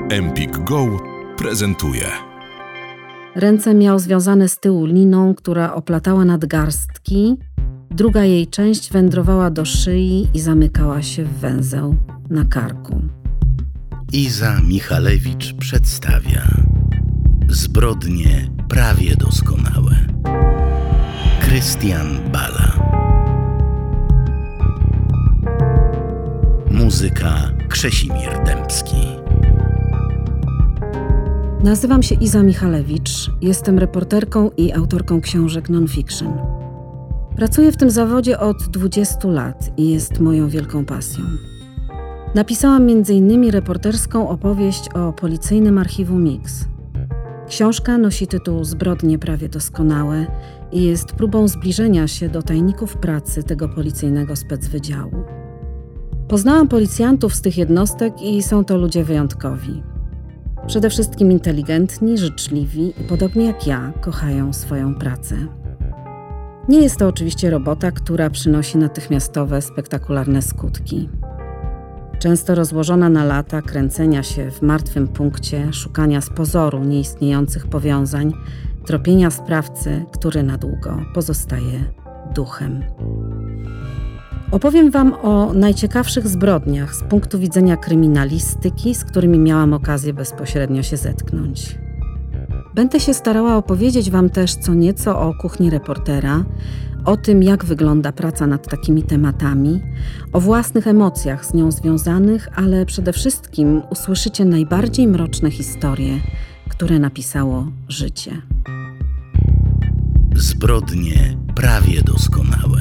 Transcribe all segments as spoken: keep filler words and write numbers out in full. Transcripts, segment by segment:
Empik Go prezentuje. Ręce miał związane z tyłu liną, która oplatała nadgarstki, druga jej część wędrowała do szyi i zamykała się w węzeł na karku. Iza Michalewicz przedstawia Zbrodnie prawie doskonałe. Krystian Bala. Muzyka Krzesimir Dębski. Nazywam się Iza Michalewicz, jestem reporterką i autorką książek non-fiction. Pracuję w tym zawodzie od dwudziestu lat i jest moją wielką pasją. Napisałam między innymi reporterską opowieść o policyjnym archiwum Mix. Książka nosi tytuł Zbrodnie prawie doskonałe i jest próbą zbliżenia się do tajników pracy tego policyjnego specwydziału. Poznałam policjantów z tych jednostek i są to ludzie wyjątkowi. Przede wszystkim inteligentni, życzliwi i podobnie jak ja kochają swoją pracę. Nie jest to oczywiście robota, która przynosi natychmiastowe, spektakularne skutki. Często rozłożona na lata kręcenia się w martwym punkcie, szukania z pozoru nieistniejących powiązań, tropienia sprawcy, który na długo pozostaje duchem. Opowiem Wam o najciekawszych zbrodniach z punktu widzenia kryminalistyki, z którymi miałam okazję bezpośrednio się zetknąć. Będę się starała opowiedzieć Wam też co nieco o kuchni reportera, o tym, jak wygląda praca nad takimi tematami, o własnych emocjach z nią związanych, ale przede wszystkim usłyszycie najbardziej mroczne historie, które napisało życie. Zbrodnie prawie doskonałe.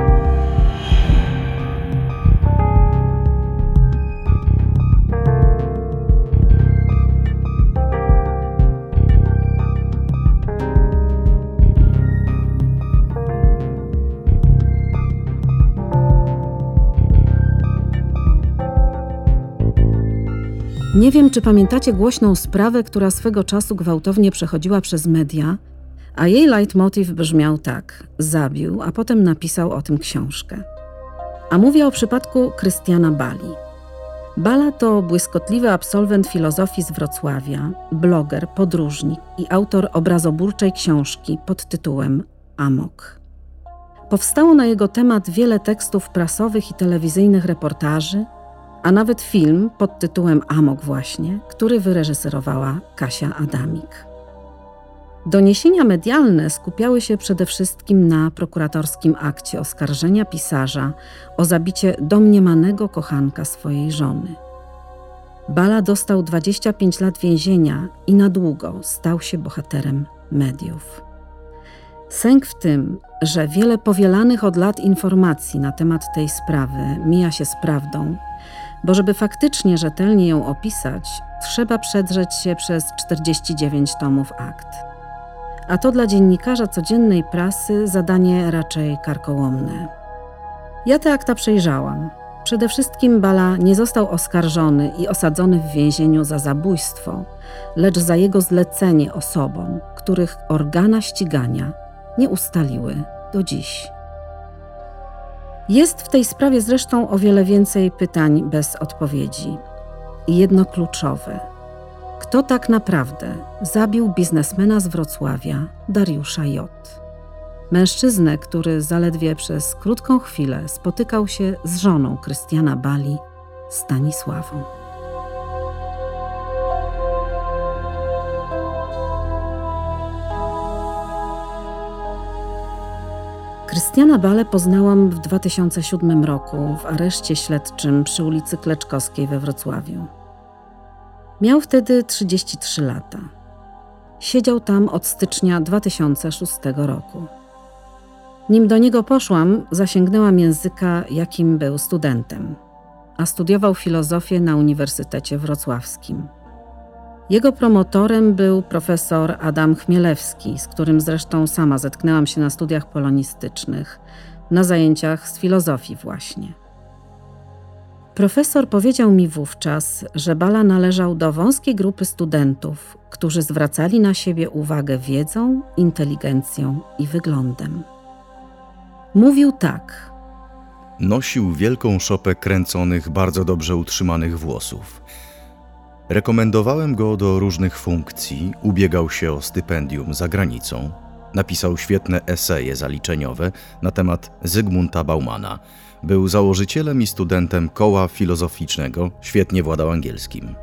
Nie wiem, czy pamiętacie głośną sprawę, która swego czasu gwałtownie przechodziła przez media, a jej leitmotiv brzmiał tak: zabił, a potem napisał o tym książkę. A mówię o przypadku Krystiana Bali. Bala to błyskotliwy absolwent filozofii z Wrocławia, bloger, podróżnik i autor obrazoburczej książki pod tytułem Amok. Powstało na jego temat wiele tekstów prasowych i telewizyjnych reportaży, a nawet film pod tytułem Amok właśnie, który wyreżyserowała Kasia Adamik. Doniesienia medialne skupiały się przede wszystkim na prokuratorskim akcie oskarżenia pisarza o zabicie domniemanego kochanka swojej żony. Bala dostał dwadzieścia pięć lat więzienia i na długo stał się bohaterem mediów. Sęk w tym, że wiele powielanych od lat informacji na temat tej sprawy mija się z prawdą, bo żeby faktycznie rzetelnie ją opisać, trzeba przedrzeć się przez czterdzieści dziewięć tomów akt. A to dla dziennikarza codziennej prasy zadanie raczej karkołomne. Ja te akta przejrzałam. Przede wszystkim Bala nie został oskarżony i osadzony w więzieniu za zabójstwo, lecz za jego zlecenie osobom, których organa ścigania nie ustaliły do dziś. Jest w tej sprawie zresztą o wiele więcej pytań bez odpowiedzi. I jedno kluczowe. Kto tak naprawdę zabił biznesmena z Wrocławia, Dariusza J.? Mężczyznę, który zaledwie przez krótką chwilę spotykał się z żoną Krystiana Bali, Stanisławą. Krystiana Balę poznałam w dwa tysiące siódmym roku w areszcie śledczym przy ulicy Kleczkowskiej we Wrocławiu. Miał wtedy trzydzieści trzy lata. Siedział tam od stycznia dwa tysiące szóstego roku. Nim do niego poszłam, zasięgnęłam języka, jakim był studentem, a studiował filozofię na Uniwersytecie Wrocławskim. Jego promotorem był profesor Adam Chmielewski, z którym zresztą sama zetknęłam się na studiach polonistycznych, na zajęciach z filozofii właśnie. Profesor powiedział mi wówczas, że Bala należał do wąskiej grupy studentów, którzy zwracali na siebie uwagę wiedzą, inteligencją i wyglądem. Mówił tak. Nosił wielką szopę kręconych, bardzo dobrze utrzymanych włosów. Rekomendowałem go do różnych funkcji, ubiegał się o stypendium za granicą. Napisał świetne eseje zaliczeniowe na temat Zygmunta Baumana. Był założycielem i studentem koła filozoficznego, świetnie władał angielskim.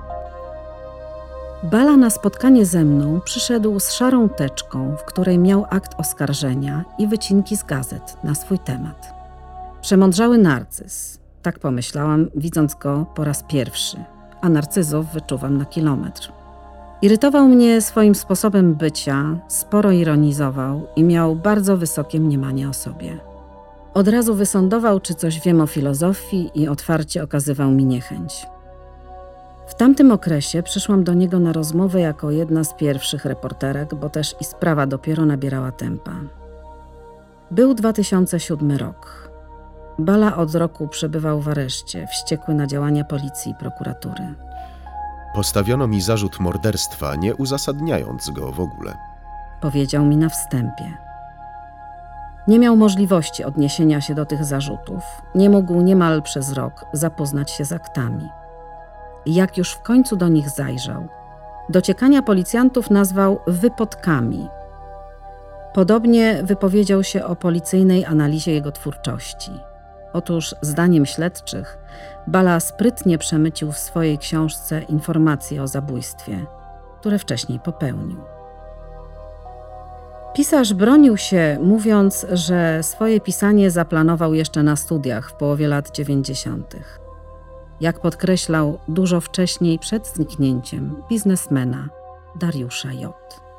Bala na spotkanie ze mną przyszedł z szarą teczką, w której miał akt oskarżenia i wycinki z gazet na swój temat. Przemądrzały narcyz, tak pomyślałam, widząc go po raz pierwszy, a narcyzów wyczuwam na kilometr. Irytował mnie swoim sposobem bycia, sporo ironizował i miał bardzo wysokie mniemanie o sobie. Od razu wysądował, czy coś wiem o filozofii i otwarcie okazywał mi niechęć. W tamtym okresie przyszłam do niego na rozmowę jako jedna z pierwszych reporterek, bo też i sprawa dopiero nabierała tempa. Był dwa tysiące siódmy rok. Bala od roku przebywał w areszcie, wściekły na działania policji i prokuratury. Postawiono mi zarzut morderstwa, nie uzasadniając go w ogóle. Powiedział mi na wstępie. Nie miał możliwości odniesienia się do tych zarzutów. Nie mógł niemal przez rok zapoznać się z aktami. Jak już w końcu do nich zajrzał, dociekania policjantów nazwał wypodkami. Podobnie wypowiedział się o policyjnej analizie jego twórczości. Otóż, zdaniem śledczych, Bala sprytnie przemycił w swojej książce informacje o zabójstwie, które wcześniej popełnił. Pisarz bronił się, mówiąc, że swoje pisanie zaplanował jeszcze na studiach w połowie lat dziewięćdziesiątych. Jak podkreślał, dużo wcześniej przed zniknięciem biznesmena Dariusza J.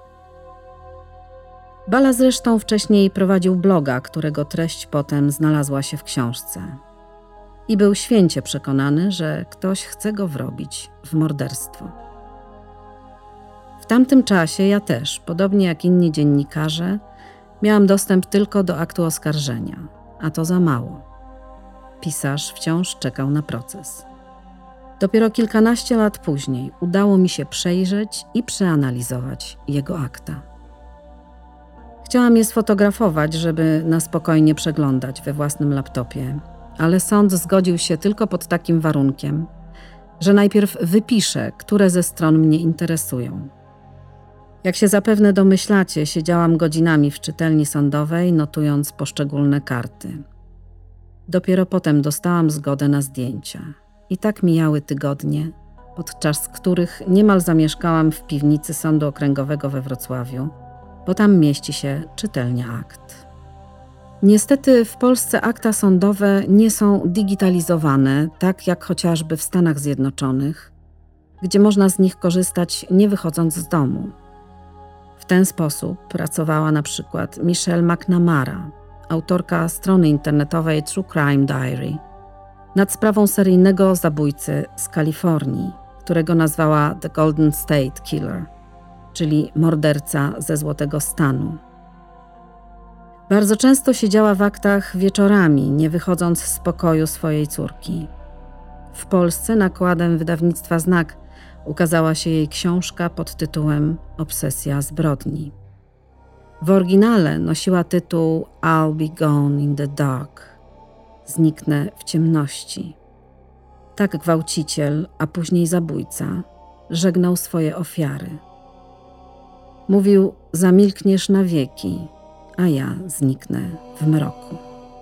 Bala zresztą wcześniej prowadził bloga, którego treść potem znalazła się w książce. I był święcie przekonany, że ktoś chce go wrobić w morderstwo. W tamtym czasie ja też, podobnie jak inni dziennikarze, miałam dostęp tylko do aktu oskarżenia, a to za mało. Pisarz wciąż czekał na proces. Dopiero kilkanaście lat później udało mi się przejrzeć i przeanalizować jego akta. Chciałam je sfotografować, żeby na spokojnie przeglądać we własnym laptopie, ale sąd zgodził się tylko pod takim warunkiem, że najpierw wypiszę, które ze stron mnie interesują. Jak się zapewne domyślacie, siedziałam godzinami w czytelni sądowej, notując poszczególne karty. Dopiero potem dostałam zgodę na zdjęcia. I tak mijały tygodnie, podczas których niemal zamieszkałam w piwnicy Sądu Okręgowego we Wrocławiu, bo tam mieści się czytelnia akt. Niestety w Polsce akta sądowe nie są digitalizowane, tak jak chociażby w Stanach Zjednoczonych, gdzie można z nich korzystać nie wychodząc z domu. W ten sposób pracowała na przykład Michelle McNamara, autorka strony internetowej True Crime Diary, nad sprawą seryjnego zabójcy z Kalifornii, którego nazwała The Golden State Killer, czyli morderca ze Złotego Stanu. Bardzo często siedziała w aktach wieczorami, nie wychodząc z pokoju swojej córki. W Polsce nakładem wydawnictwa Znak ukazała się jej książka pod tytułem Obsesja zbrodni. W oryginale nosiła tytuł I'll be gone in the dark. Zniknę w ciemności. Tak gwałciciel, a później zabójca, żegnał swoje ofiary. Mówił, zamilkniesz na wieki, a ja zniknę w mroku.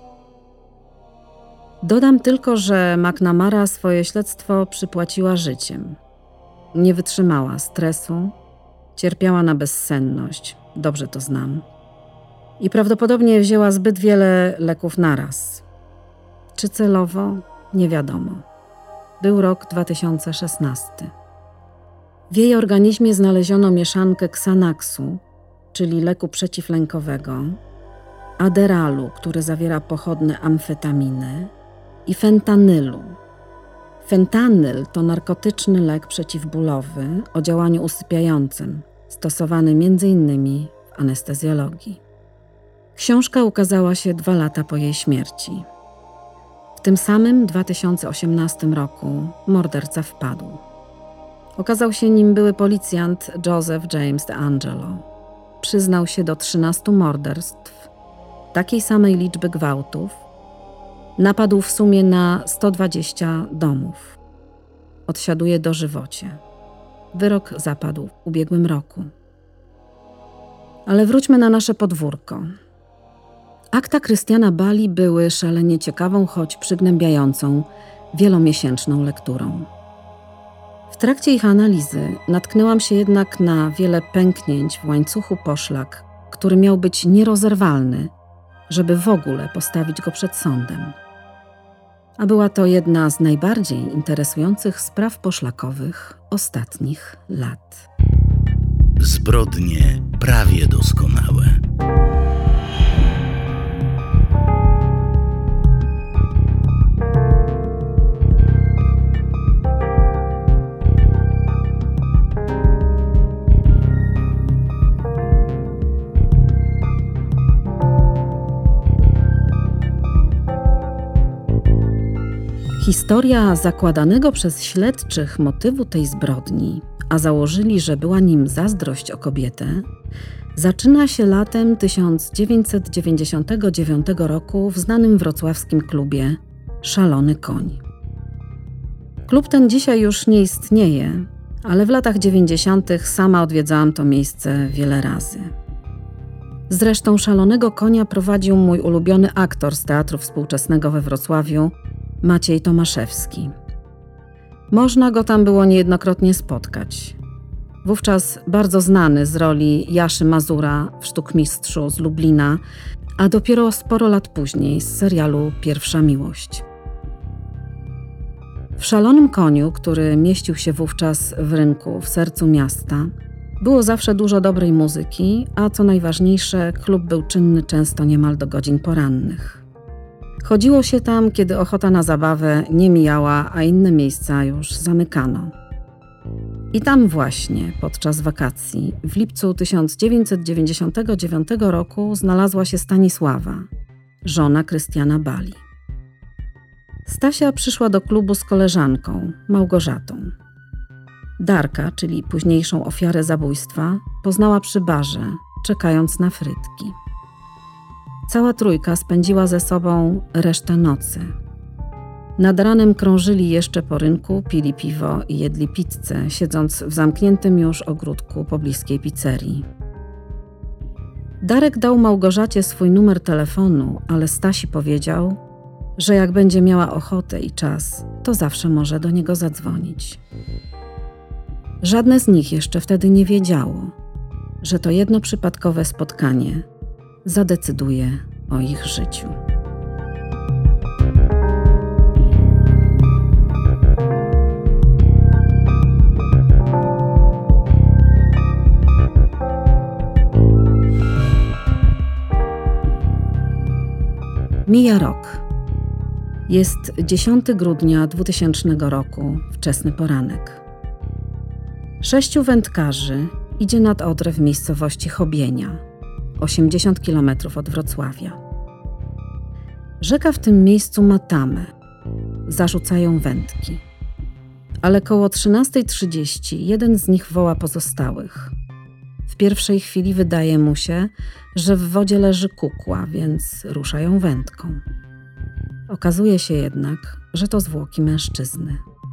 Dodam tylko, że McNamara swoje śledztwo przypłaciła życiem. Nie wytrzymała stresu, cierpiała na bezsenność, dobrze to znam, i prawdopodobnie wzięła zbyt wiele leków naraz. Czy celowo? Nie wiadomo. Był rok dwa tysiące szesnasty. W jej organizmie znaleziono mieszankę Xanaxu, czyli leku przeciwlękowego, Aderalu, który zawiera pochodne amfetaminy, i fentanylu. Fentanyl to narkotyczny lek przeciwbólowy o działaniu usypiającym, stosowany między innymi w anestezjologii. Książka ukazała się dwa lata po jej śmierci. W tym samym dwa tysiące osiemnastym roku morderca wpadł. Okazał się nim były policjant Joseph James DeAngelo. Przyznał się do trzynastu morderstw, takiej samej liczby gwałtów. Napadł w sumie na sto dwadzieścia domów. odsiaduje dożywocie. Wyrok zapadł w ubiegłym roku. Ale wróćmy na nasze podwórko. Akta Christiana Bali były szalenie ciekawą, choć przygnębiającą, wielomiesięczną lekturą. W trakcie ich analizy natknęłam się jednak na wiele pęknięć w łańcuchu poszlak, który miał być nierozerwalny, żeby w ogóle postawić go przed sądem. A była to jedna z najbardziej interesujących spraw poszlakowych ostatnich lat. Zbrodnie prawie doskonałe. Historia zakładanego przez śledczych motywu tej zbrodni, a założyli, że była nim zazdrość o kobietę, zaczyna się latem tysiąc dziewięćset dziewięćdziesiątego dziewiątego roku w znanym wrocławskim klubie Szalony Koń. Klub ten dzisiaj już nie istnieje, ale w latach dziewięćdziesiątych sama odwiedzałam to miejsce wiele razy. Zresztą Szalonego Konia prowadził mój ulubiony aktor z Teatru Współczesnego we Wrocławiu, Maciej Tomaszewski. Można go tam było niejednokrotnie spotkać. Wówczas bardzo znany z roli Jaszy Mazura w Sztukmistrzu z Lublina, a dopiero sporo lat później z serialu Pierwsza miłość. W Szalonym Koniu, który mieścił się wówczas w rynku w sercu miasta, było zawsze dużo dobrej muzyki, a co najważniejsze, klub był czynny często niemal do godzin porannych. Chodziło się tam, kiedy ochota na zabawę nie mijała, a inne miejsca już zamykano. I tam właśnie, podczas wakacji, w lipcu tysiąc dziewięćset dziewięćdziesiątego dziewiątego roku znalazła się Stanisława, żona Christiana Bali. Stasia przyszła do klubu z koleżanką, Małgorzatą. Darka, czyli późniejszą ofiarę zabójstwa, poznała przy barze, czekając na frytki. Cała trójka spędziła ze sobą resztę nocy. Nad ranem krążyli jeszcze po rynku, pili piwo i jedli pizzę, siedząc w zamkniętym już ogródku pobliskiej pizzerii. Darek dał Małgorzacie swój numer telefonu, ale Stasi powiedział, że jak będzie miała ochotę i czas, to zawsze może do niego zadzwonić. Żadne z nich jeszcze wtedy nie wiedziało, że to jedno przypadkowe spotkanie zadecyduje o ich życiu. Mija rok. Jest dziesiątego grudnia dwutysięcznego roku, wczesny poranek. Sześciu wędkarzy idzie nad Odrę w miejscowości Chobienia, osiemdziesiąt kilometrów od Wrocławia. Rzeka w tym miejscu ma tamę. Zarzucają wędki. Ale koło trzynasta trzydzieści jeden z nich woła pozostałych. W pierwszej chwili wydaje mu się, że w wodzie leży kukła, więc ruszają wędką. Okazuje się jednak, że to zwłoki mężczyzny.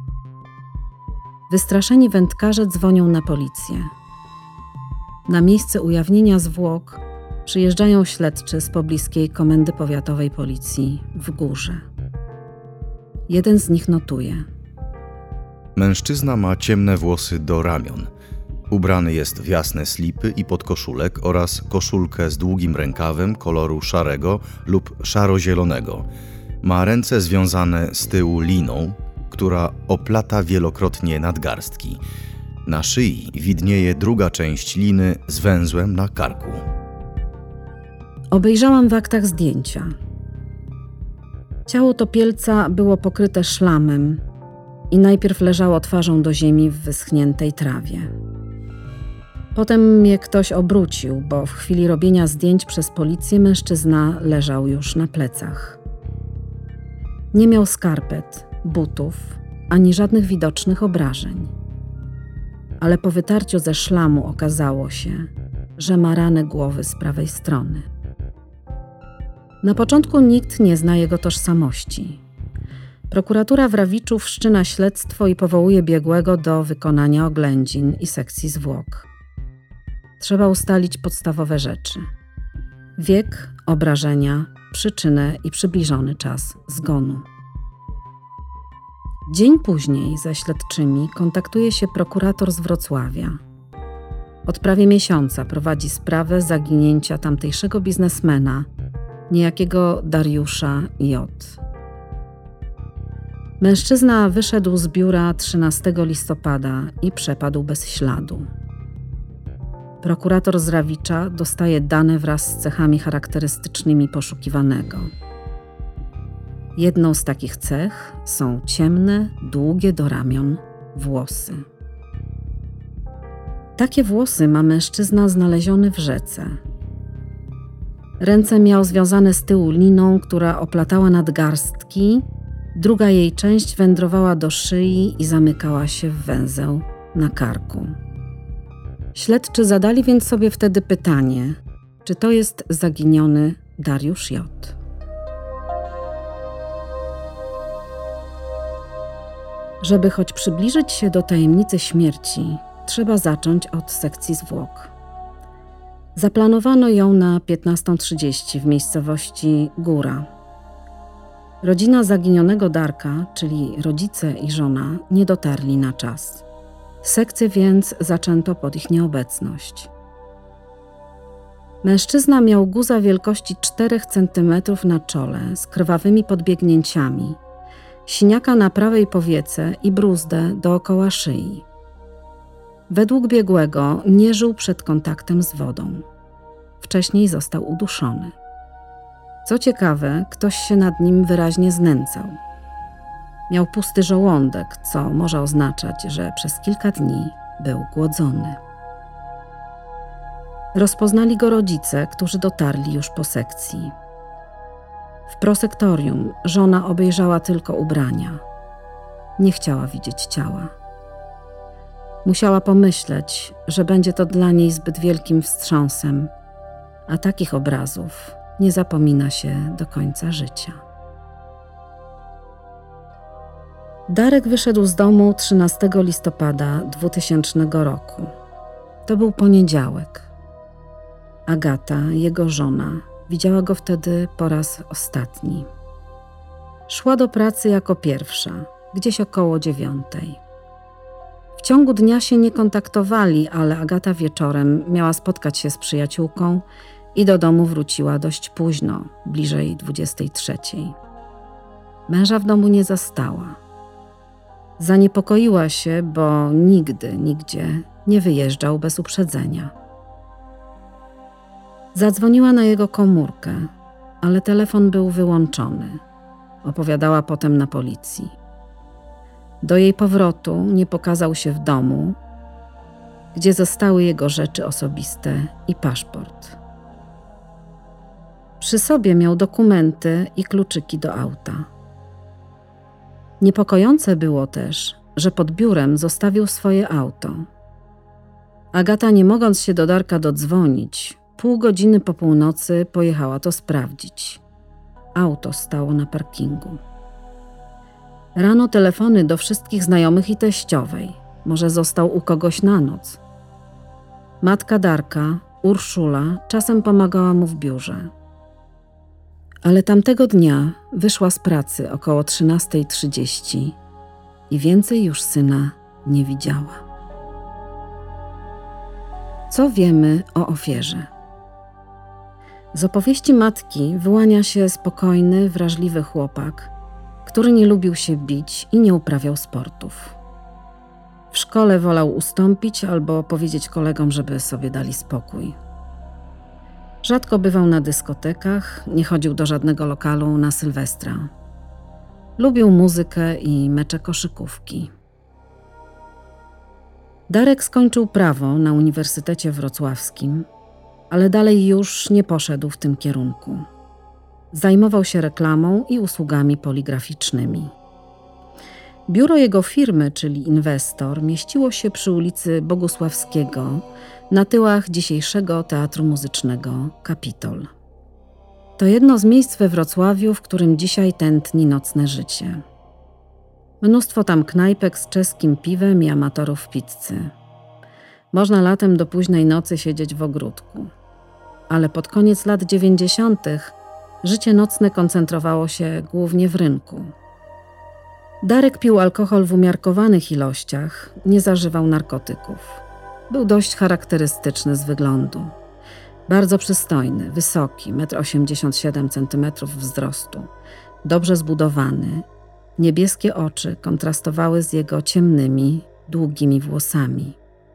Wystraszeni wędkarze dzwonią na policję. Na miejsce ujawnienia zwłok przyjeżdżają śledczy z pobliskiej Komendy Powiatowej Policji w Górze. Jeden z nich notuje. Mężczyzna ma ciemne włosy do ramion. Ubrany jest w jasne slipy i podkoszulek oraz koszulkę z długim rękawem koloru szarego lub szaro-zielonego. Ma ręce związane z tyłu liną, która oplata wielokrotnie nadgarstki. Na szyi widnieje druga część liny z węzłem na karku. Obejrzałam w aktach zdjęcia. Ciało topielca było pokryte szlamem i najpierw leżało twarzą do ziemi w wyschniętej trawie. Potem mnie ktoś obrócił, bo w chwili robienia zdjęć przez policję mężczyzna leżał już na plecach. Nie miał skarpet, butów, ani żadnych widocznych obrażeń. Ale po wytarciu ze szlamu okazało się, że ma ranę głowy z prawej strony. Na początku nikt nie zna jego tożsamości. Prokuratura w Rawiczu wszczyna śledztwo i powołuje biegłego do wykonania oględzin i sekcji zwłok. Trzeba ustalić podstawowe rzeczy: wiek, obrażenia, przyczynę i przybliżony czas zgonu. Dzień później ze śledczymi kontaktuje się prokurator z Wrocławia. Od prawie miesiąca prowadzi sprawę zaginięcia tamtejszego biznesmena, niejakiego Dariusza J. Mężczyzna wyszedł z biura trzynastego listopada i przepadł bez śladu. Prokurator z Rawicza dostaje dane wraz z cechami charakterystycznymi poszukiwanego. Jedną z takich cech są ciemne, długie do ramion włosy. Takie włosy ma mężczyzna znaleziony w rzece. Ręce miał związane z tyłu liną, która oplatała nadgarstki, druga jej część wędrowała do szyi i zamykała się w węzeł na karku. Śledczy zadali więc sobie wtedy pytanie, czy to jest zaginiony Dariusz J. Żeby choć przybliżyć się do tajemnicy śmierci, trzeba zacząć od sekcji zwłok. Zaplanowano ją na piętnastą trzydzieści w miejscowości Góra. Rodzina zaginionego Darka, czyli rodzice i żona, nie dotarli na czas. Sekcję więc zaczęto pod ich nieobecność. Mężczyzna miał guza wielkości czterech centymetrów na czole z krwawymi podbiegnięciami, siniaka na prawej powiece i bruzdę dookoła szyi. Według biegłego nie żył przed kontaktem z wodą. Wcześniej został uduszony. Co ciekawe, ktoś się nad nim wyraźnie znęcał. Miał pusty żołądek, co może oznaczać, że przez kilka dni był głodzony. Rozpoznali go rodzice, którzy dotarli już po sekcji. W prosektorium żona obejrzała tylko ubrania. Nie chciała widzieć ciała. Musiała pomyśleć, że będzie to dla niej zbyt wielkim wstrząsem, a takich obrazów nie zapomina się do końca życia. Darek wyszedł z domu trzynastego listopada dwutysięcznego roku. To był poniedziałek. Agata, jego żona, widziała go wtedy po raz ostatni. Szła do pracy jako pierwsza, gdzieś około dziewiątej. W ciągu dnia się nie kontaktowali, ale Agata wieczorem miała spotkać się z przyjaciółką i do domu wróciła dość późno, bliżej dwudziestej trzeciej. Męża w domu nie zastała. Zaniepokoiła się, bo nigdy, nigdzie nie wyjeżdżał bez uprzedzenia. Zadzwoniła na jego komórkę, ale telefon był wyłączony. Opowiadała potem na policji. Do jej powrotu nie pokazał się w domu, gdzie zostały jego rzeczy osobiste i paszport. Przy sobie miał dokumenty i kluczyki do auta. Niepokojące było też, że pod biurem zostawił swoje auto. Agata, nie mogąc się do Darka dodzwonić, pół godziny po północy pojechała to sprawdzić. Auto stało na parkingu. Rano telefony do wszystkich znajomych i teściowej. Może został u kogoś na noc. Matka Darka, Urszula, czasem pomagała mu w biurze. Ale tamtego dnia wyszła z pracy około trzynastej trzydzieści i więcej już syna nie widziała. Co wiemy o ofierze? Z opowieści matki wyłania się spokojny, wrażliwy chłopak, który nie lubił się bić i nie uprawiał sportów. W szkole wolał ustąpić albo powiedzieć kolegom, żeby sobie dali spokój. Rzadko bywał na dyskotekach, nie chodził do żadnego lokalu na Sylwestra. Lubił muzykę i mecze koszykówki. Darek skończył prawo na Uniwersytecie Wrocławskim, ale dalej już nie poszedł w tym kierunku. Zajmował się reklamą i usługami poligraficznymi. Biuro jego firmy, czyli Inwestor, mieściło się przy ulicy Bogusławskiego, na tyłach dzisiejszego Teatru Muzycznego Kapitol. To jedno z miejsc we Wrocławiu, w którym dzisiaj tętni nocne życie. Mnóstwo tam knajpek z czeskim piwem i amatorów pizzy. Można latem do późnej nocy siedzieć w ogródku. Ale pod koniec lat dziewięćdziesiątych życie nocne koncentrowało się głównie w rynku. Darek pił alkohol w umiarkowanych ilościach, nie zażywał narkotyków. Był dość charakterystyczny z wyglądu. Bardzo przystojny, wysoki, metr osiemdziesiąt siedem centymetrów wzrostu, dobrze zbudowany. Niebieskie oczy kontrastowały z jego ciemnymi, długimi włosami.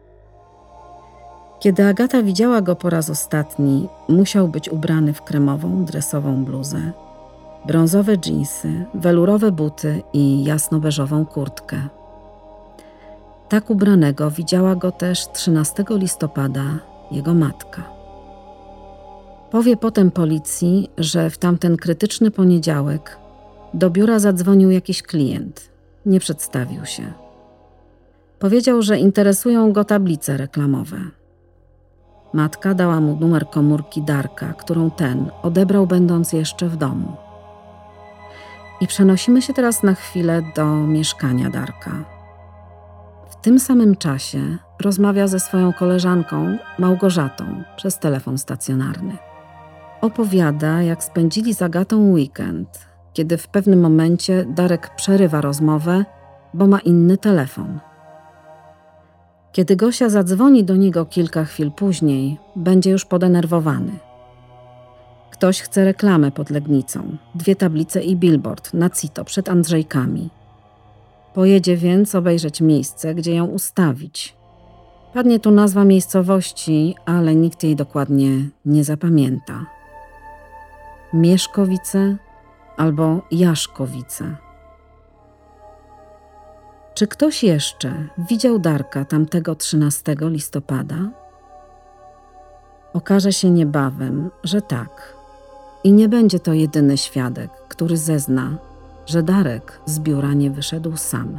Kiedy Agata widziała go po raz ostatni, musiał być ubrany w kremową, dresową bluzę, brązowe dżinsy, welurowe buty i jasno-beżową kurtkę. Tak ubranego widziała go też trzynastego listopada jego matka. Powie potem policji, że w tamten krytyczny poniedziałek do biura zadzwonił jakiś klient. Nie przedstawił się. Powiedział, że interesują go tablice reklamowe. Matka dała mu numer komórki Darka, którą ten odebrał będąc jeszcze w domu. I przenosimy się teraz na chwilę do mieszkania Darka. W tym samym czasie rozmawia ze swoją koleżanką Małgorzatą przez telefon stacjonarny. Opowiada, jak spędzili z Agatą weekend, kiedy w pewnym momencie Darek przerywa rozmowę, bo ma inny telefon. Kiedy Gosia zadzwoni do niego kilka chwil później, będzie już podenerwowany. Ktoś chce reklamę pod Legnicą, dwie tablice i billboard na Cito przed Andrzejkami. Pojedzie więc obejrzeć miejsce, gdzie ją ustawić. Padnie tu nazwa miejscowości, ale nikt jej dokładnie nie zapamięta. Mieszkowice albo Jaszkowice. Czy ktoś jeszcze widział Darka tamtego trzynastego listopada? Okaże się niebawem, że tak. I nie będzie to jedyny świadek, który zezna, że Darek z biura nie wyszedł sam.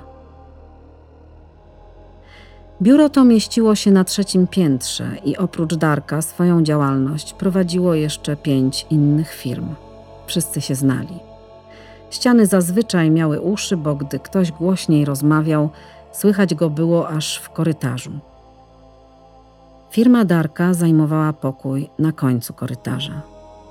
Biuro to mieściło się na trzecim piętrze i oprócz Darka swoją działalność prowadziło jeszcze pięć innych firm. Wszyscy się znali. Ściany zazwyczaj miały uszy, bo gdy ktoś głośniej rozmawiał, słychać go było aż w korytarzu. Firma Darka zajmowała pokój na końcu korytarza.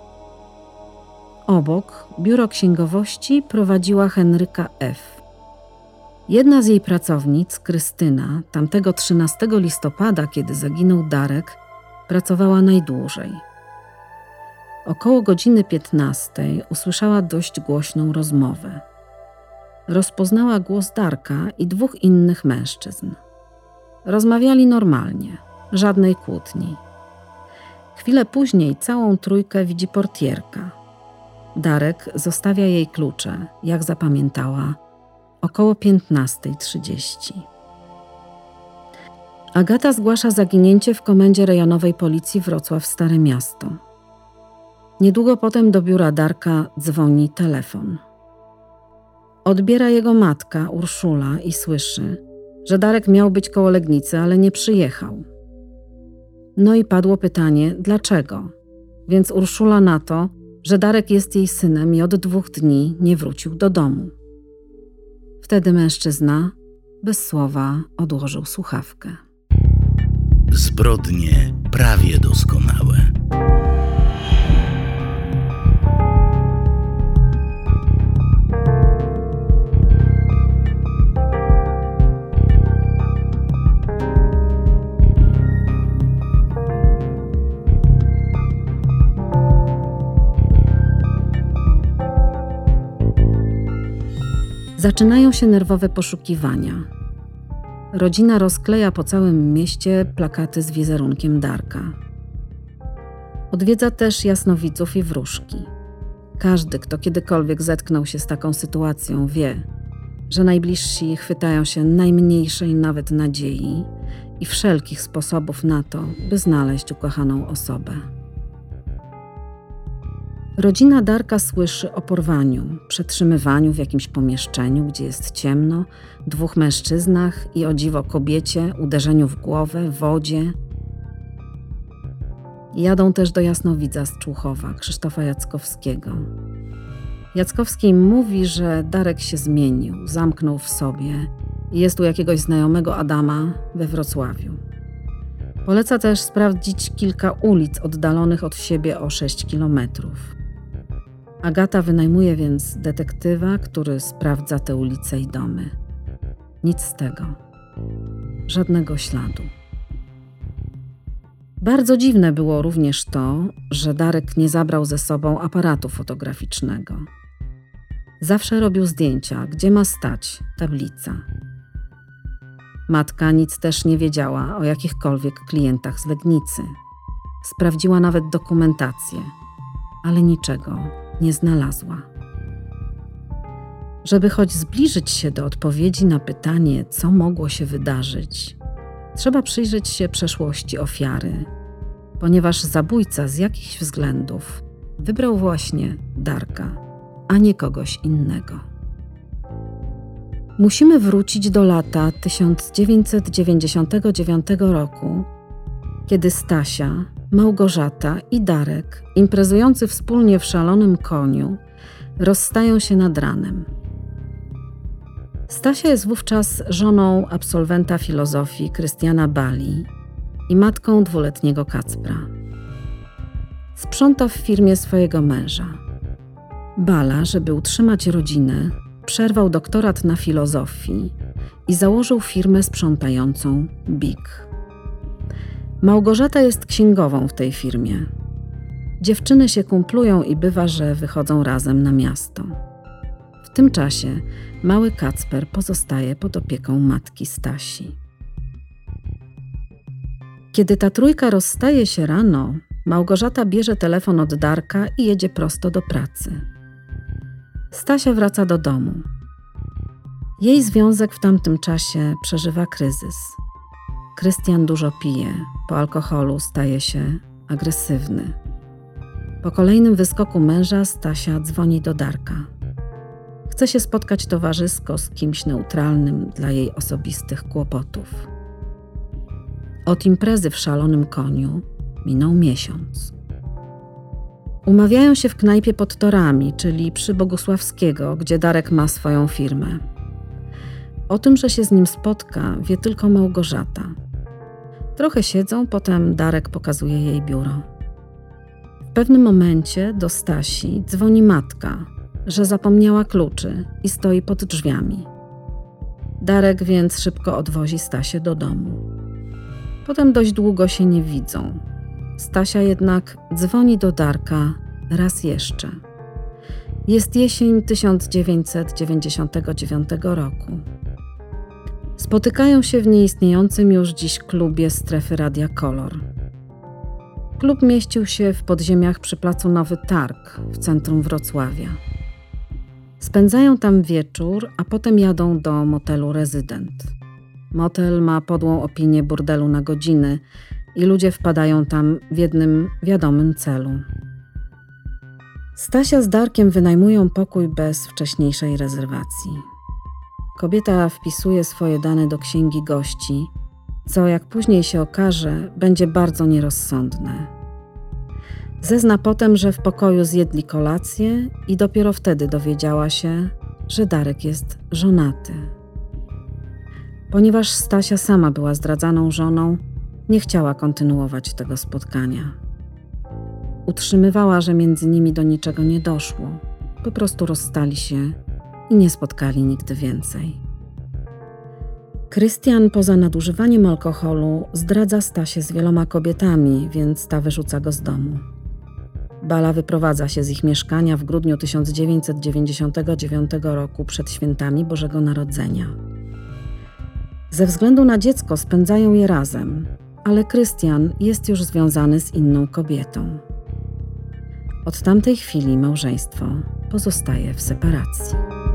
Obok biuro księgowości prowadziła Henryka F. Jedna z jej pracownic, Krystyna, tamtego trzynastego listopada, kiedy zaginął Darek, pracowała najdłużej. Około godziny piętnastej usłyszała dość głośną rozmowę. Rozpoznała głos Darka i dwóch innych mężczyzn. Rozmawiali normalnie, żadnej kłótni. Chwilę później całą trójkę widzi portierka. Darek zostawia jej klucze, jak zapamiętała, około piętnastej trzydzieści. Agata zgłasza zaginięcie w komendzie rejonowej policji Wrocław Stare Miasto. Niedługo potem do biura Darka dzwoni telefon. Odbiera jego matka, Urszula, i słyszy, że Darek miał być koło Legnicy, ale nie przyjechał. No i padło pytanie, dlaczego? Więc Urszula na to, że Darek jest jej synem i od dwóch dni nie wrócił do domu. Wtedy mężczyzna bez słowa odłożył słuchawkę. Zbrodnie prawie doskonałe. Zaczynają się nerwowe poszukiwania. Rodzina rozkleja po całym mieście plakaty z wizerunkiem Darka. Odwiedza też jasnowidzów i wróżki. Każdy, kto kiedykolwiek zetknął się z taką sytuacją, wie, że najbliżsi chwytają się najmniejszej nawet nadziei i wszelkich sposobów na to, by znaleźć ukochaną osobę. Rodzina Darka słyszy o porwaniu, przetrzymywaniu w jakimś pomieszczeniu, gdzie jest ciemno, dwóch mężczyznach i o dziwo kobiecie, uderzeniu w głowę, wodzie. Jadą też do jasnowidza z Człuchowa, Krzysztofa Jackowskiego. Jackowski mówi, że Darek się zmienił, zamknął w sobie i jest u jakiegoś znajomego Adama we Wrocławiu. Poleca też sprawdzić kilka ulic oddalonych od siebie o sześć kilometrów. Agata wynajmuje więc detektywa, który sprawdza te ulice i domy. Nic z tego. Żadnego śladu. Bardzo dziwne było również to, że Darek nie zabrał ze sobą aparatu fotograficznego. Zawsze robił zdjęcia, gdzie ma stać tablica. Matka nic też nie wiedziała o jakichkolwiek klientach z Legnicy. Sprawdziła nawet dokumentację, ale niczego nie znalazła. Żeby choć zbliżyć się do odpowiedzi na pytanie, co mogło się wydarzyć, trzeba przyjrzeć się przeszłości ofiary, ponieważ zabójca z jakichś względów wybrał właśnie Darka, a nie kogoś innego. Musimy wrócić do lata tysiąc dziewięćset dziewięćdziesiątego dziewiątego roku, kiedy Stasia, Małgorzata i Darek, imprezujący wspólnie w Szalonym Koniu, rozstają się nad ranem. Stasia jest wówczas żoną absolwenta filozofii Krystiana Bali i matką dwuletniego Kacpra. Sprząta w firmie swojego męża. Bala, żeby utrzymać rodzinę, przerwał doktorat na filozofii i założył firmę sprzątającą Big. Małgorzata jest księgową w tej firmie. Dziewczyny się kumplują i bywa, że wychodzą razem na miasto. W tym czasie mały Kacper pozostaje pod opieką matki Stasi. Kiedy ta trójka rozstaje się rano, Małgorzata bierze telefon od Darka i jedzie prosto do pracy. Stasia wraca do domu. Jej związek w tamtym czasie przeżywa kryzys. Krystian dużo pije, po alkoholu staje się agresywny. Po kolejnym wyskoku męża Stasia dzwoni do Darka. Chce się spotkać towarzysko z kimś neutralnym dla jej osobistych kłopotów. Od imprezy w Szalonym Koniu minął miesiąc. Umawiają się w knajpie pod Torami, czyli przy Bogusławskiego, gdzie Darek ma swoją firmę. O tym, że się z nim spotka, wie tylko Małgorzata. Trochę siedzą, potem Darek pokazuje jej biuro. W pewnym momencie do Stasi dzwoni matka, że zapomniała kluczy i stoi pod drzwiami. Darek więc szybko odwozi Stasię do domu. Potem dość długo się nie widzą. Stasia jednak dzwoni do Darka raz jeszcze. Jest jesień tysiąc dziewięćset dziewięćdziesiątego dziewiątego roku. Spotykają się w nieistniejącym już dziś klubie Strefy Radia Kolor. Klub mieścił się w podziemiach przy placu Nowy Targ w centrum Wrocławia. Spędzają tam wieczór, a potem jadą do motelu Rezydent. Motel ma podłą opinię burdelu na godziny i ludzie wpadają tam w jednym wiadomym celu. Stasia z Darkiem wynajmują pokój bez wcześniejszej rezerwacji. Kobieta wpisuje swoje dane do księgi gości, co jak później się okaże, będzie bardzo nierozsądne. Zezna potem, że w pokoju zjedli kolację i dopiero wtedy dowiedziała się, że Darek jest żonaty. Ponieważ Stasia sama była zdradzaną żoną, nie chciała kontynuować tego spotkania. Utrzymywała, że między nimi do niczego nie doszło. Po prostu rozstali się i nie spotkali nigdy więcej. Krystian poza nadużywaniem alkoholu zdradza Stasię z wieloma kobietami, więc ta wyrzuca go z domu. Bala wyprowadza się z ich mieszkania w grudniu tysiąc dziewięćset dziewięćdziesiątego dziewiątego roku przed świętami Bożego Narodzenia. Ze względu na dziecko spędzają je razem, ale Krystian jest już związany z inną kobietą. Od tamtej chwili małżeństwo pozostaje w separacji.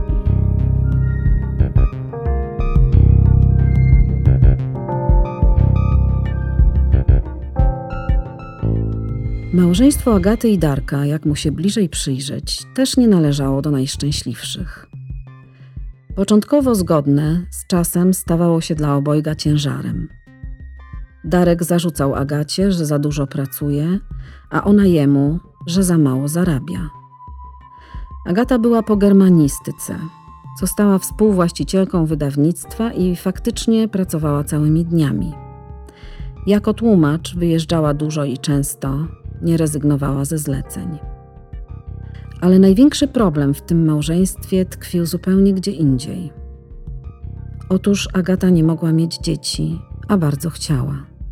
Małżeństwo Agaty i Darka, jak mu się bliżej przyjrzeć, też nie należało do najszczęśliwszych. Początkowo zgodne, z czasem stawało się dla obojga ciężarem. Darek zarzucał Agacie, że za dużo pracuje, a ona jemu, że za mało zarabia. Agata była po germanistyce. Została współwłaścicielką wydawnictwa i faktycznie pracowała całymi dniami. Jako tłumacz wyjeżdżała dużo i często, nie rezygnowała ze zleceń. Ale największy problem w tym małżeństwie tkwił zupełnie gdzie indziej. Otóż Agata nie mogła mieć dzieci, a bardzo chciała.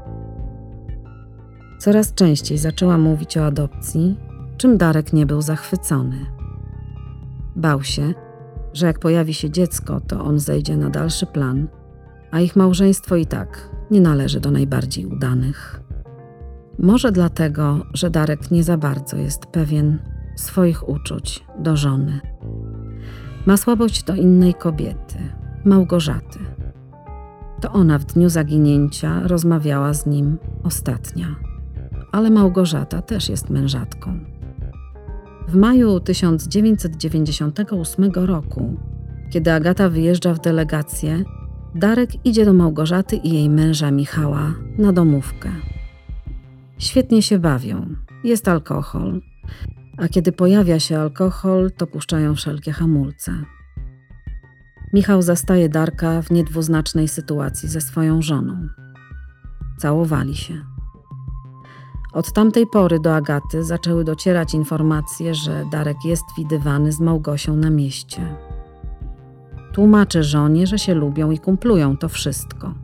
Coraz częściej zaczęła mówić o adopcji, czym Darek nie był zachwycony. Bał się, że jak pojawi się dziecko, to on zejdzie na dalszy plan, a ich małżeństwo i tak nie należy do najbardziej udanych. Może dlatego, że Darek nie za bardzo jest pewien swoich uczuć do żony. Ma słabość do innej kobiety, Małgorzaty. To ona w dniu zaginięcia rozmawiała z nim ostatnia, ale Małgorzata też jest mężatką. W maju tysiąc dziewięćset dziewięćdziesiątego ósmego roku, kiedy Agata wyjeżdża w delegację, Darek idzie do Małgorzaty i jej męża Michała na domówkę. Świetnie się bawią, jest alkohol, a kiedy pojawia się alkohol, to puszczają wszelkie hamulce. Michał zastaje Darka w niedwuznacznej sytuacji ze swoją żoną. Całowali się. Od tamtej pory do Agaty zaczęły docierać informacje, że Darek jest widywany z Małgosią na mieście. Tłumaczy żonie, że się lubią i kumplują, to wszystko.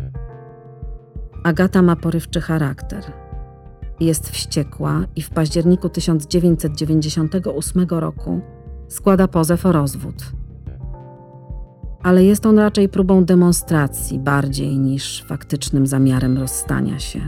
Agata ma porywczy charakter. Jest wściekła i w październiku tysiąc dziewięćset dziewięćdziesiątego ósmego roku składa pozew o rozwód. Ale jest on raczej próbą demonstracji bardziej niż faktycznym zamiarem rozstania się.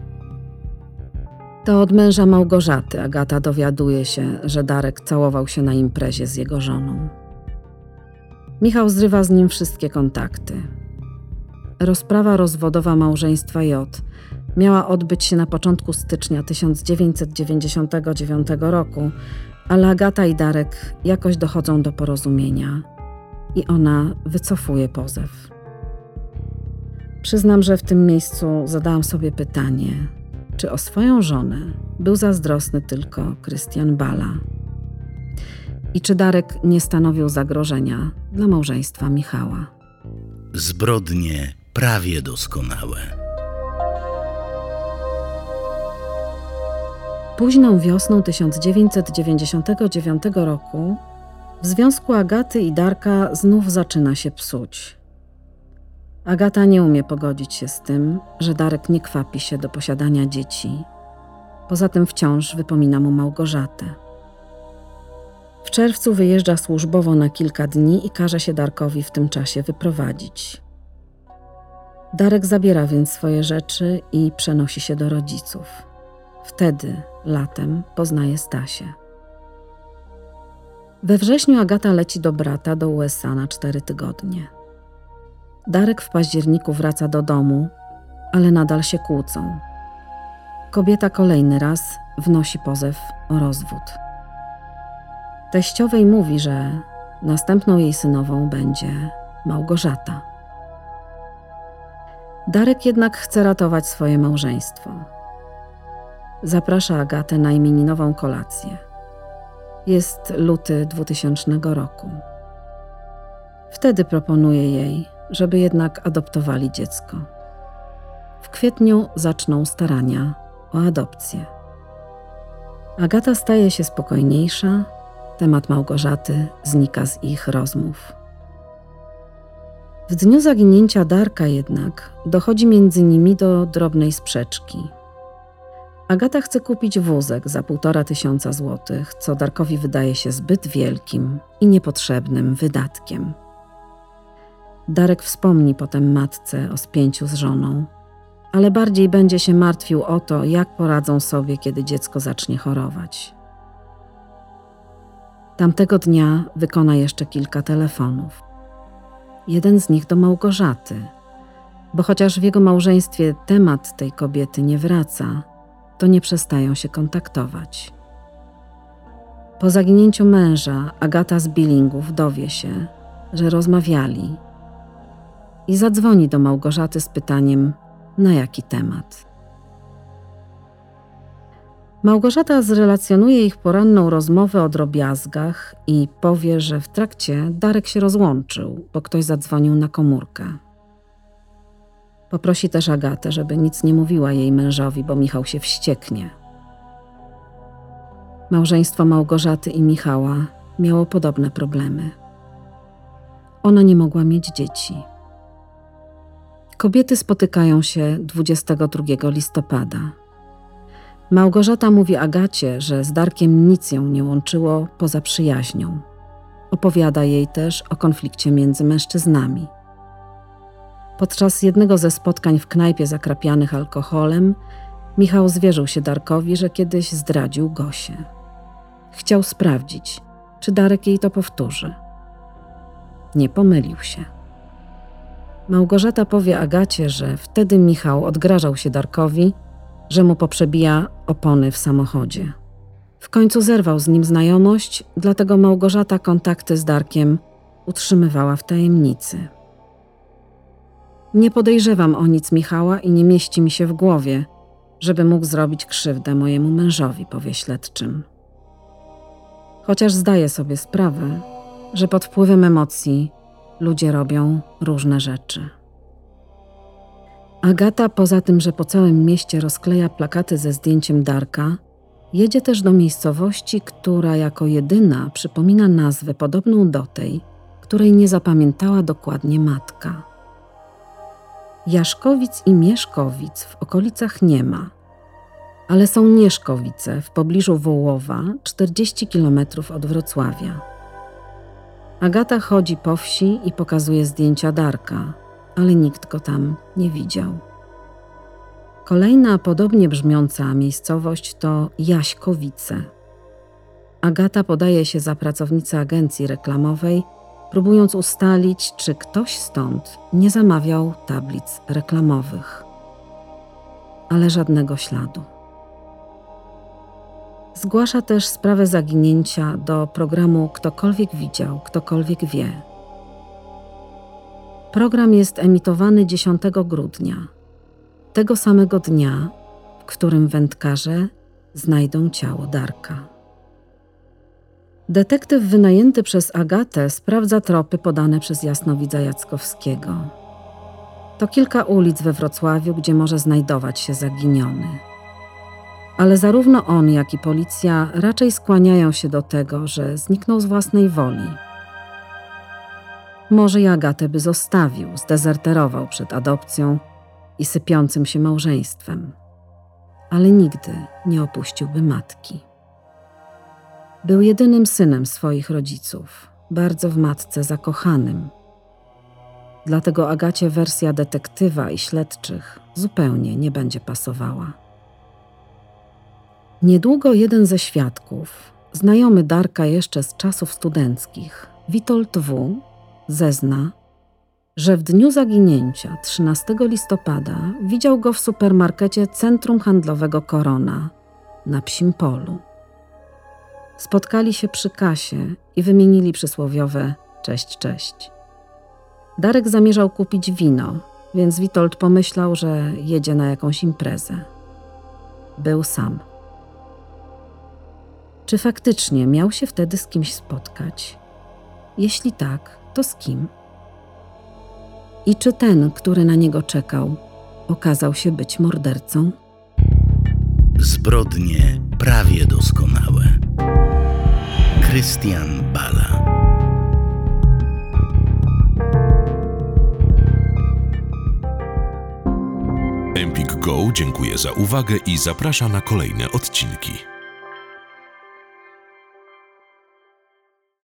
To od męża Małgorzaty Agata dowiaduje się, że Darek całował się na imprezie z jego żoną. Michał zrywa z nim wszystkie kontakty. Rozprawa rozwodowa małżeństwa J miała odbyć się na początku stycznia tysiąc dziewięćset dziewięćdziesiątego dziewiątego roku, ale Agata i Darek jakoś dochodzą do porozumienia i ona wycofuje pozew. Przyznam, że w tym miejscu zadałam sobie pytanie, czy o swoją żonę był zazdrosny tylko Krystian Bala i czy Darek nie stanowił zagrożenia dla małżeństwa Michała. Zbrodnie prawie doskonałe. Późną wiosną tysiąc dziewięćset dziewięćdziesiątego dziewiątego roku w związku Agaty i Darka znów zaczyna się psuć. Agata nie umie pogodzić się z tym, że Darek nie kwapi się do posiadania dzieci. Poza tym wciąż wypomina mu Małgorzatę. W czerwcu wyjeżdża służbowo na kilka dni i każe się Darkowi w tym czasie wyprowadzić. Darek zabiera więc swoje rzeczy i przenosi się do rodziców. Wtedy, latem, poznaje Stasię. We wrześniu Agata leci do brata do U S A na cztery tygodnie. Darek w październiku wraca do domu, ale nadal się kłócą. Kobieta kolejny raz wnosi pozew o rozwód. Teściowej mówi, że następną jej synową będzie Małgorzata. Darek jednak chce ratować swoje małżeństwo. Zaprasza Agatę na imieninową kolację. Jest luty dwutysięcznego roku. Wtedy proponuje jej, żeby jednak adoptowali dziecko. W kwietniu zaczną starania o adopcję. Agata staje się spokojniejsza, temat Małgorzaty znika z ich rozmów. W dniu zaginięcia Darka jednak dochodzi między nimi do drobnej sprzeczki. Agata chce kupić wózek za półtora tysiąca złotych, co Darkowi wydaje się zbyt wielkim i niepotrzebnym wydatkiem. Darek wspomni potem matce o spięciu z żoną, ale bardziej będzie się martwił o to, jak poradzą sobie, kiedy dziecko zacznie chorować. Tamtego dnia wykona jeszcze kilka telefonów. Jeden z nich do Małgorzaty, bo chociaż w jego małżeństwie temat tej kobiety nie wraca, to nie przestają się kontaktować. Po zaginięciu męża Agata z Billingów dowie się, że rozmawiali i zadzwoni do Małgorzaty z pytaniem, na jaki temat. Małgorzata zrelacjonuje ich poranną rozmowę o drobiazgach i powie, że w trakcie Darek się rozłączył, bo ktoś zadzwonił na komórkę. Poprosi też Agatę, żeby nic nie mówiła jej mężowi, bo Michał się wścieknie. Małżeństwo Małgorzaty i Michała miało podobne problemy. Ona nie mogła mieć dzieci. Kobiety spotykają się dwudziestego drugiego listopada. Małgorzata mówi Agacie, że z Darkiem nic ją nie łączyło poza przyjaźnią. Opowiada jej też o konflikcie między mężczyznami. Podczas jednego ze spotkań w knajpie zakrapianych alkoholem Michał zwierzył się Darkowi, że kiedyś zdradził Gosię. Chciał sprawdzić, czy Darek jej to powtórzy. Nie pomylił się. Małgorzata powie Agacie, że wtedy Michał odgrażał się Darkowi, że mu poprzebija opony w samochodzie. W końcu zerwał z nim znajomość, dlatego Małgorzata kontakty z Darkiem utrzymywała w tajemnicy. Nie podejrzewam o nic Michała i nie mieści mi się w głowie, żeby mógł zrobić krzywdę mojemu mężowi, powie śledczym. Chociaż zdaję sobie sprawę, że pod wpływem emocji ludzie robią różne rzeczy. Agata, poza tym, że po całym mieście rozkleja plakaty ze zdjęciem Darka, jedzie też do miejscowości, która jako jedyna przypomina nazwę podobną do tej, której nie zapamiętała dokładnie matka. Jaszkowic i Mieszkowic w okolicach nie ma, ale są Nieszkowice w pobliżu Wołowa, czterdzieści kilometrów od Wrocławia. Agata chodzi po wsi i pokazuje zdjęcia Darka, ale nikt go tam nie widział. Kolejna podobnie brzmiąca miejscowość to Jaśkowice. Agata podaje się za pracownicę agencji reklamowej, próbując ustalić, czy ktoś stąd nie zamawiał tablic reklamowych. Ale żadnego śladu. Zgłasza też sprawę zaginięcia do programu Ktokolwiek widział, ktokolwiek wie. Program jest emitowany dziesiątego grudnia, tego samego dnia, w którym wędkarze znajdą ciało Darka. Detektyw wynajęty przez Agatę sprawdza tropy podane przez jasnowidza Jackowskiego. To kilka ulic we Wrocławiu, gdzie może znajdować się zaginiony. Ale zarówno on, jak i policja raczej skłaniają się do tego, że zniknął z własnej woli. Może i Agatę by zostawił, zdezerterował przed adopcją i sypiącym się małżeństwem, ale nigdy nie opuściłby matki. Był jedynym synem swoich rodziców, bardzo w matce zakochanym. Dlatego Agacie wersja detektywa i śledczych zupełnie nie będzie pasowała. Niedługo jeden ze świadków, znajomy Darka jeszcze z czasów studenckich, Witold W., zezna, że w dniu zaginięcia, trzynastego listopada, widział go w supermarkecie Centrum Handlowego Korona na Psim Polu. Spotkali się przy kasie i wymienili przysłowiowe cześć, cześć. Darek zamierzał kupić wino, więc Witold pomyślał, że jedzie na jakąś imprezę. Był sam. Czy faktycznie miał się wtedy z kimś spotkać? Jeśli tak, to z kim? I czy ten, który na niego czekał, okazał się być mordercą? Zbrodnie prawie doskonałe. Krystian Bala. Empik Go dziękuję za uwagę i zaprasza na kolejne odcinki.